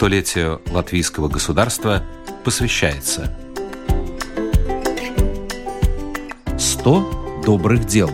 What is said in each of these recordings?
столетию латвийского государства посвящается 100 добрых дел.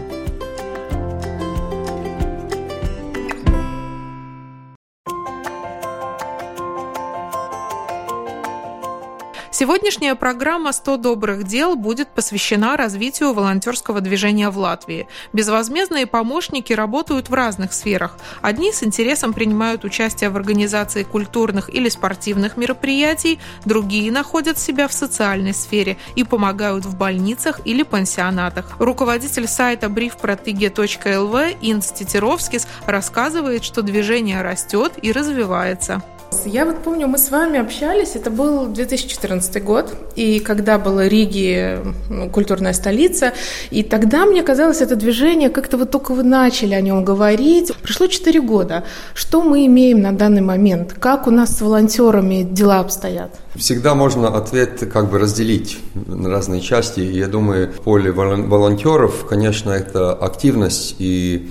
Сегодняшняя программа «100 добрых дел» будет посвящена развитию волонтерского движения в Латвии. Безвозмездные помощники работают в разных сферах. Одни с интересом принимают участие в организации культурных или спортивных мероприятий, другие находят себя в социальной сфере и помогают в больницах или пансионатах. Руководитель сайта briefpratige.lv Инс Тетеровскис рассказывает, что движение растет и развивается. Я помню, мы с вами общались, это был 2014 год, и когда была Риги культурная столица, и тогда, мне казалось, это движение, как-то только вы начали о нем говорить. Прошло 4 года. Что мы имеем на данный момент? Как у нас с волонтерами дела обстоят? Всегда можно ответ разделить на разные части. Я думаю, в поле волонтеров, конечно, это активность и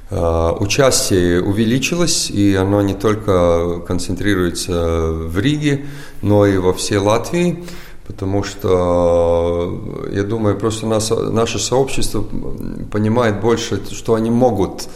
участие увеличилось, и оно не только концентрируется в Риге, но и во всей Латвии, потому что, я думаю, просто наше сообщество понимает больше, что они могут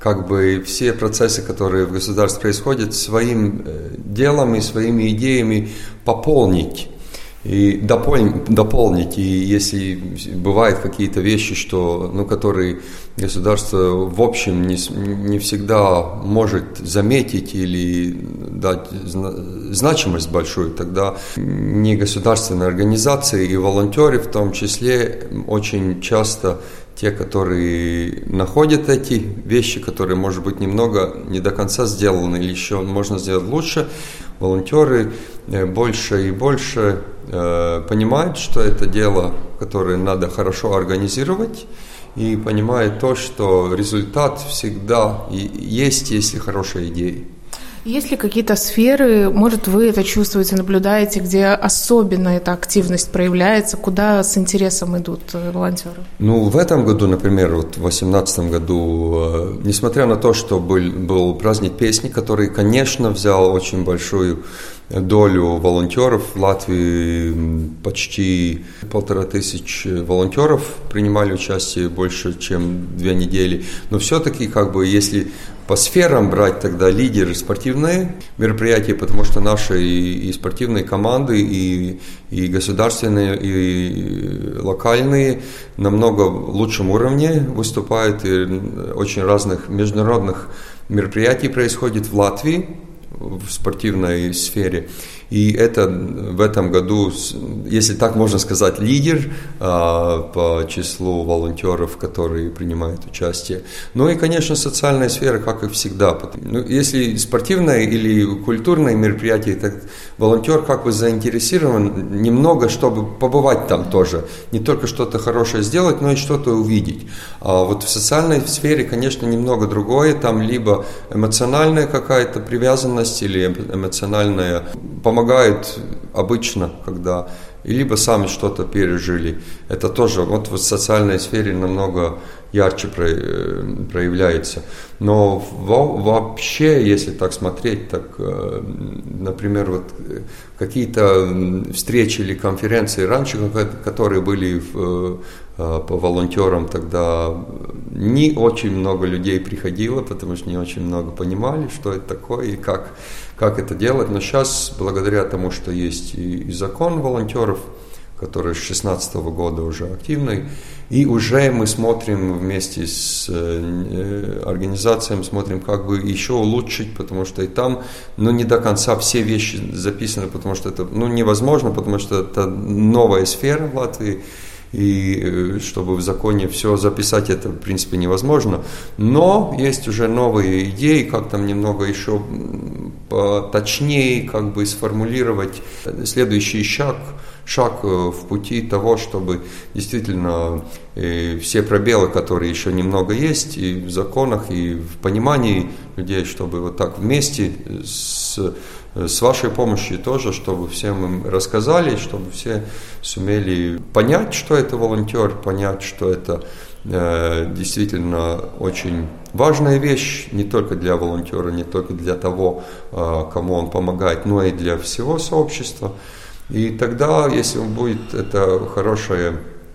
все процессы, которые в государстве происходят, своим делом и своими идеями пополнить. И дополнить, и если бывают какие-то вещи, которые государство в общем не всегда может заметить или дать значимость большую, тогда негосударственные организации и волонтеры в том числе очень часто те, которые находят эти вещи, которые, может быть, немного не до конца сделаны или еще можно сделать лучше, волонтеры больше и больше понимают, что это дело, которое надо хорошо организировать, и понимают то, что результат всегда есть, если хорошая идея. Есть ли какие-то сферы, может, вы это чувствуете, наблюдаете, где особенно эта активность проявляется, куда с интересом идут волонтеры? В этом году, например, в 2018 году, несмотря на то, что был праздник песни, который, конечно, взял очень большую долю волонтеров, в Латвии почти 1500 волонтеров принимали участие больше, чем 2 недели, но все-таки, если по сферам брать тогда лидеры спортивные мероприятия, потому что наши и спортивные команды, и государственные, и локальные намного лучшем уровне выступают, и очень разных международных мероприятий происходит в Латвии, в спортивной сфере. И это в этом году, если так можно сказать, лидер по числу волонтеров, которые принимают участие. И, конечно, социальная сфера, как и всегда. Если спортивное или культурное мероприятие, так волонтер заинтересован немного, чтобы побывать там тоже. Не только что-то хорошее сделать, но и что-то увидеть. А в социальной сфере, конечно, немного другое. Там либо эмоциональная какая-то привязанность или эмоциональная помогают обычно, когда либо сами что-то пережили. Это тоже в социальной сфере намного ярче проявляется. Но вообще, если так смотреть, например, какие-то встречи или конференции раньше, которые были по волонтерам, тогда не очень много людей приходило, потому что не очень много понимали, что это такое и как это делать. Но сейчас, благодаря тому, что есть и закон волонтеров, который с 2016 года уже активный, и уже мы смотрим вместе с организациями, смотрим, как бы еще улучшить, потому что и там, не до конца все вещи записаны, потому что это невозможно, потому что это новая сфера в Латвии, и чтобы в законе все записать, это в принципе невозможно. Но есть уже новые идеи, как там немного еще поточнее сформулировать следующий шаг в пути того, чтобы действительно все пробелы, которые еще немного есть и в законах, и в понимании людей, чтобы так вместе с вашей помощью тоже, чтобы всем им рассказали, чтобы все сумели понять, что это волонтер, понять, что это действительно очень важная вещь не только для волонтера, не только для того, кому он помогает, но и для всего сообщества. И тогда, если будет это хорошая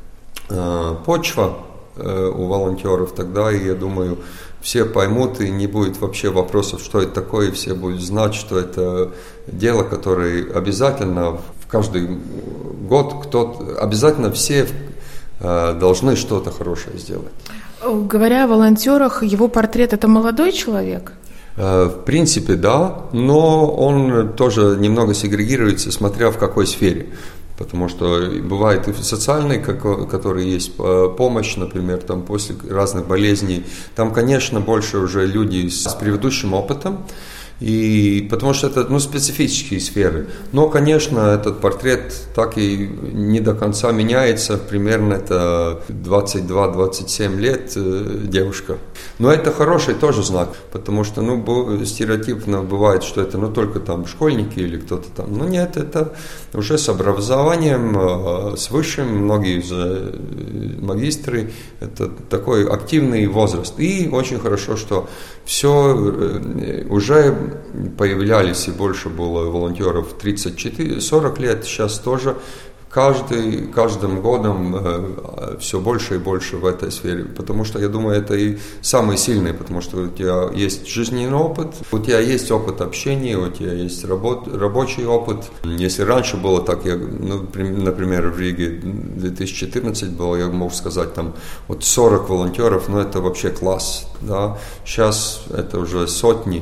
почва у волонтеров, тогда, я думаю, все поймут, и не будет вообще вопросов, что это такое, и все будут знать, что это дело, которое обязательно в каждый год обязательно все должны что-то хорошее сделать. Говоря о волонтерах, его портрет – это молодой человек? В принципе, да, но он тоже немного сегрегируется, смотря в какой сфере. Потому что бывает и социальный, который есть помощь, например, там после разных болезней. Там, конечно, больше уже люди с предыдущим опытом, и потому что это специфические сферы. Но, конечно, этот портрет так и не до конца меняется. Примерно это 22-27 лет девушка. Но это хороший тоже знак, потому что стереотипно бывает, что это только там школьники или кто-то там. Но нет, это уже с образованием, с высшим, многие магистры. Это такой активный возраст. И очень хорошо, что все уже появлялись и больше было волонтеров 34-40 лет, сейчас тоже каждым годом все больше и больше в этой сфере, потому что, я думаю, это и самый сильный, потому что у тебя есть жизненный опыт, у тебя есть опыт общения, у тебя есть рабочий опыт. Если раньше было так, например, в Риге 2014 было, я мог сказать, там 40 волонтеров, это вообще класс, да. Сейчас это уже сотни.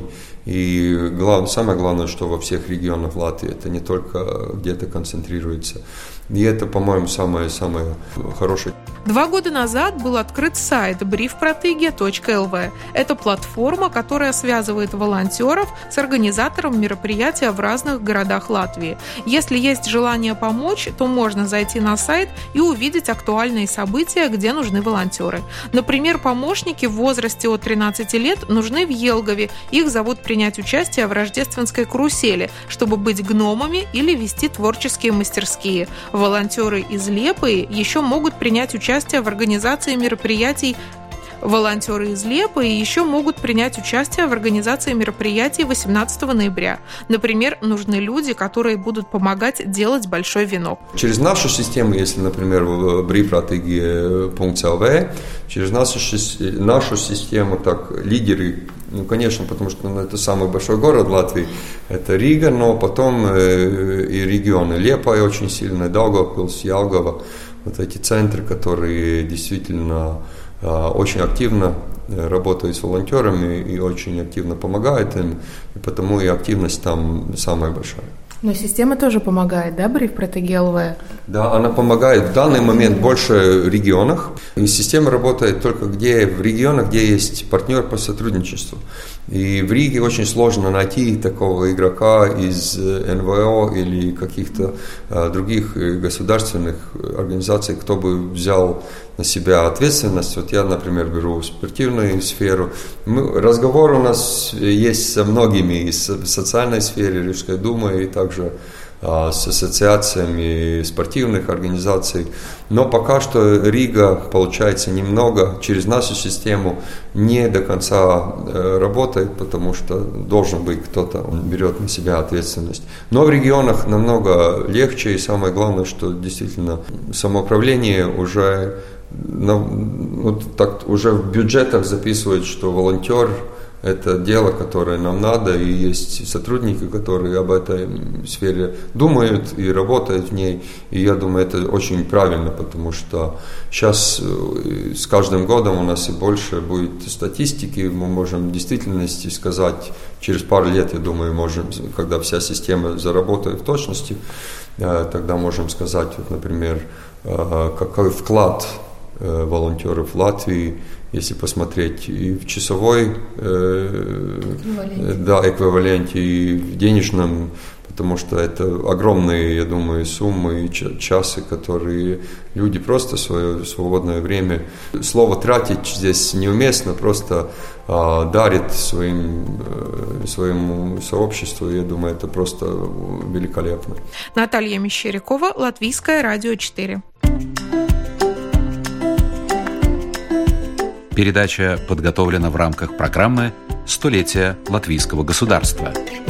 И самое главное, что во всех регионах Латвии это не только где-то концентрируется. И это, по-моему, самое хорошее. 2 года назад был открыт сайт briefpratygia.lv. Это платформа, которая связывает волонтеров с организатором мероприятия в разных городах Латвии. Если есть желание помочь, то можно зайти на сайт и увидеть актуальные события, где нужны волонтеры. Например, помощники в возрасте от 13 лет нужны в Елгове. Их зовут принять участие в рождественской карусели, чтобы быть гномами или вести творческие мастерские. Волонтеры из Лепы еще могут принять участие в организации мероприятий. Волонтеры из Лепы еще могут принять участие в организации мероприятий 18 ноября. Например, нужны люди, которые будут помогать делать большой венок. Через нашу систему, если, например, в briefpratygia.lv, через нашу систему, так, лидеры, конечно, потому что это самый большой город Латвии, это Рига, но потом и регионы. Лепа очень сильная, Daugavpils, Jelgava, вот эти центры, которые действительно очень активно работают с волонтерами и очень активно помогают им, и потому и активность там самая большая. Но система тоже помогает, да, briefpratygia.lv? Да, она помогает в данный момент больше в регионах. И система работает только в регионах, где есть партнер по сотрудничеству. И в Риге очень сложно найти такого игрока из НВО или каких-то других государственных организаций, кто бы взял на себя ответственность. Вот я, например, беру спортивную сферу. Разговор у нас есть со многими из социальной сферы, Рижской думы и также с ассоциациями спортивных организаций. Но пока что Рига, получается, немного через нашу систему не до конца работает, потому что должен быть кто-то, он берет на себя ответственность. Но в регионах намного легче, и самое главное, что действительно самоуправление уже уже в бюджетах записывает, что волонтер – это дело, которое нам надо, и есть сотрудники, которые об этой сфере думают и работают в ней. И я думаю, это очень правильно, потому что сейчас с каждым годом у нас и больше будет статистики, мы можем в действительности сказать, через пару лет, я думаю, когда вся система заработает в точности, тогда можем сказать, вот, например, какой вклад волонтеров в Латвии, если посмотреть и в часовой эквиваленте, и в денежном, потому что это огромные, я думаю, суммы и часы, которые люди просто свое свободное время, слово «тратить» здесь неуместно, просто дарит своему сообществу, я думаю, это просто великолепно. Наталья Мещерякова, Латвийское радио 4. Передача подготовлена в рамках программы «Столетие латвийского государства».